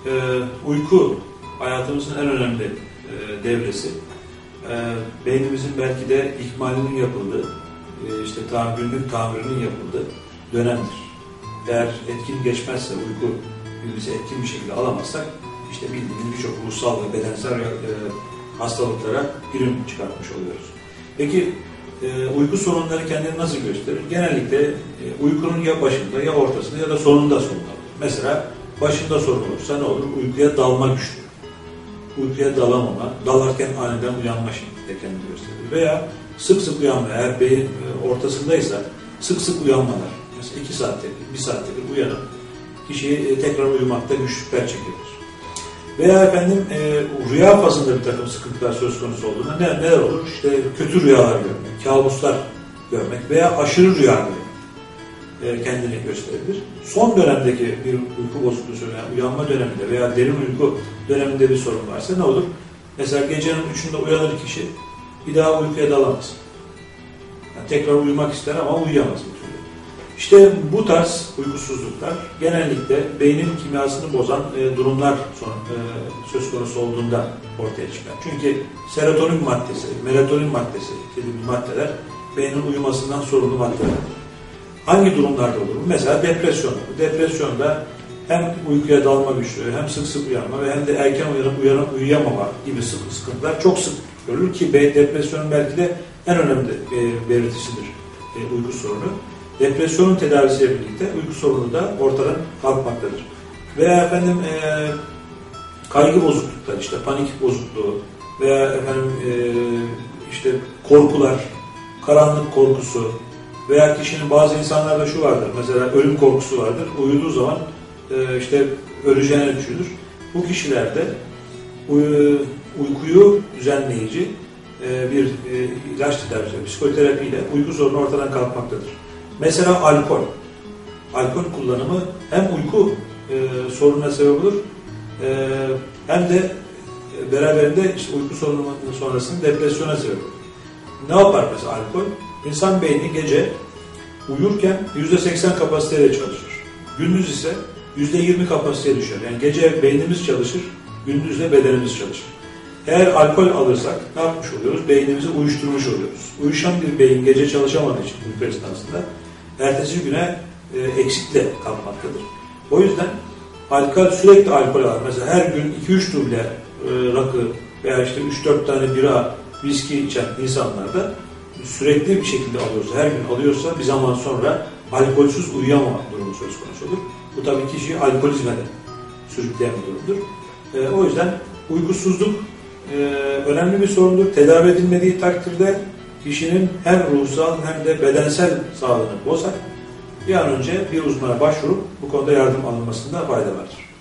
uyku hayatımızın en önemli devresi. Beynimizin belki de ihmalinin yapıldığı, işte günlük tamirinin yapıldığı dönemdir. Eğer etkin geçmezse, uyku bizi etkin bir şekilde alamazsak, işte bildiğimiz birçok ruhsal ve bedensel hastalıklara prim çıkartmış oluyoruz. Peki uyku sorunları kendini nasıl gösterir? Genellikle uykunun ya başında, ya ortasında ya da sonunda sorun olur. Mesela başında sorun olursa ne olur? Uykuya dalma güçlüğü. Uykuya dalamama, dalarken aniden uyanma şeklinde kendini gösterir. Veya sık sık uyanma, eğer beyin ortasındaysa sık sık uyanmalar. Mesela 2 saatte, 1 saatte bir uyanıp kişiyi tekrar uyumakta güçlükler çekilir. Veya efendim rüya fazında bir takım sıkıntılar söz konusu olduğunda neler olur? İşte kötü rüyalar görmek, kabuslar görmek veya aşırı rüya görmek kendini gösterebilir. Son dönemdeki bir uyku bozukluğu, yani uyanma döneminde veya derin uyku döneminde bir sorun varsa ne olur? Mesela gecenin 3'ünde uyanır kişi, bir daha uykuya dalamaz. Yani tekrar uyumak ister ama uyuyamaz. İşte bu tarz uykusuzluklar genellikle beynin kimyasını bozan durumlar söz konusu olduğunda ortaya çıkar. Çünkü serotonin maddesi, melatonin maddesi gibi maddeler beynin uyumasından sorumlu maddeler. Hangi durumlarda olur? Mesela depresyon. Depresyonda hem uykuya dalma güçlüğü, hem sık sık uyanma ve hem de erken uyanıp uyuyamama gibi sıkıntılar çok sık görülür ki depresyonun belki de en önemli belirtisidir uyku sorunu. Depresyonun tedavisiyle birlikte uyku sorunu da ortadan kalkmaktadır. Veya efendim kaygı bozuklukları, işte panik bozukluğu veya efendim işte korkular, karanlık korkusu veya kişinin bazı insanlarda şu vardır, mesela ölüm korkusu vardır. Uyuduğu zaman işte öleceğini düşünür. Bu kişilerde uykuyu düzenleyici bir ilaç tedavisi, psikoterapiyle uyku sorunu ortadan kalkmaktadır. Mesela alkol. Alkol kullanımı hem uyku sorununa sebep olur hem de beraberinde işte uyku sorununun sonrasında depresyona sebep olur. Ne yapar mesela alkol? İnsan beyni gece uyurken %80 kapasiteyle çalışır. Gündüz ise %20 kapasiteye düşer. Yani gece beynimiz çalışır, gündüz de bedenimiz çalışır. Eğer alkol alırsak ne yapmış oluyoruz? Beynimizi uyuşturmuş oluyoruz. Uyuşan bir beyin gece çalışamadığı için uyku esnasında ertesi güne eksikle kalmaktadır. O yüzden sürekli alkol alır. Mesela her gün 2-3 duble rakı veya işte 3-4 tane bira, viski içen insanlarda sürekli bir şekilde alıyorsa, her gün alıyorsa bir zaman sonra alkolsüz uyuyamama durumu söz konusu olur. Bu tabii kişiyi alkolizme de sürükleyen bir durumdur. O yüzden uykusuzluk önemli bir sorundur. Tedavi edilmediği takdirde kişinin hem ruhsal hem de bedensel sağlığını bozar. Bir an önce bir uzmana başvurup bu konuda yardım alınmasında fayda vardır.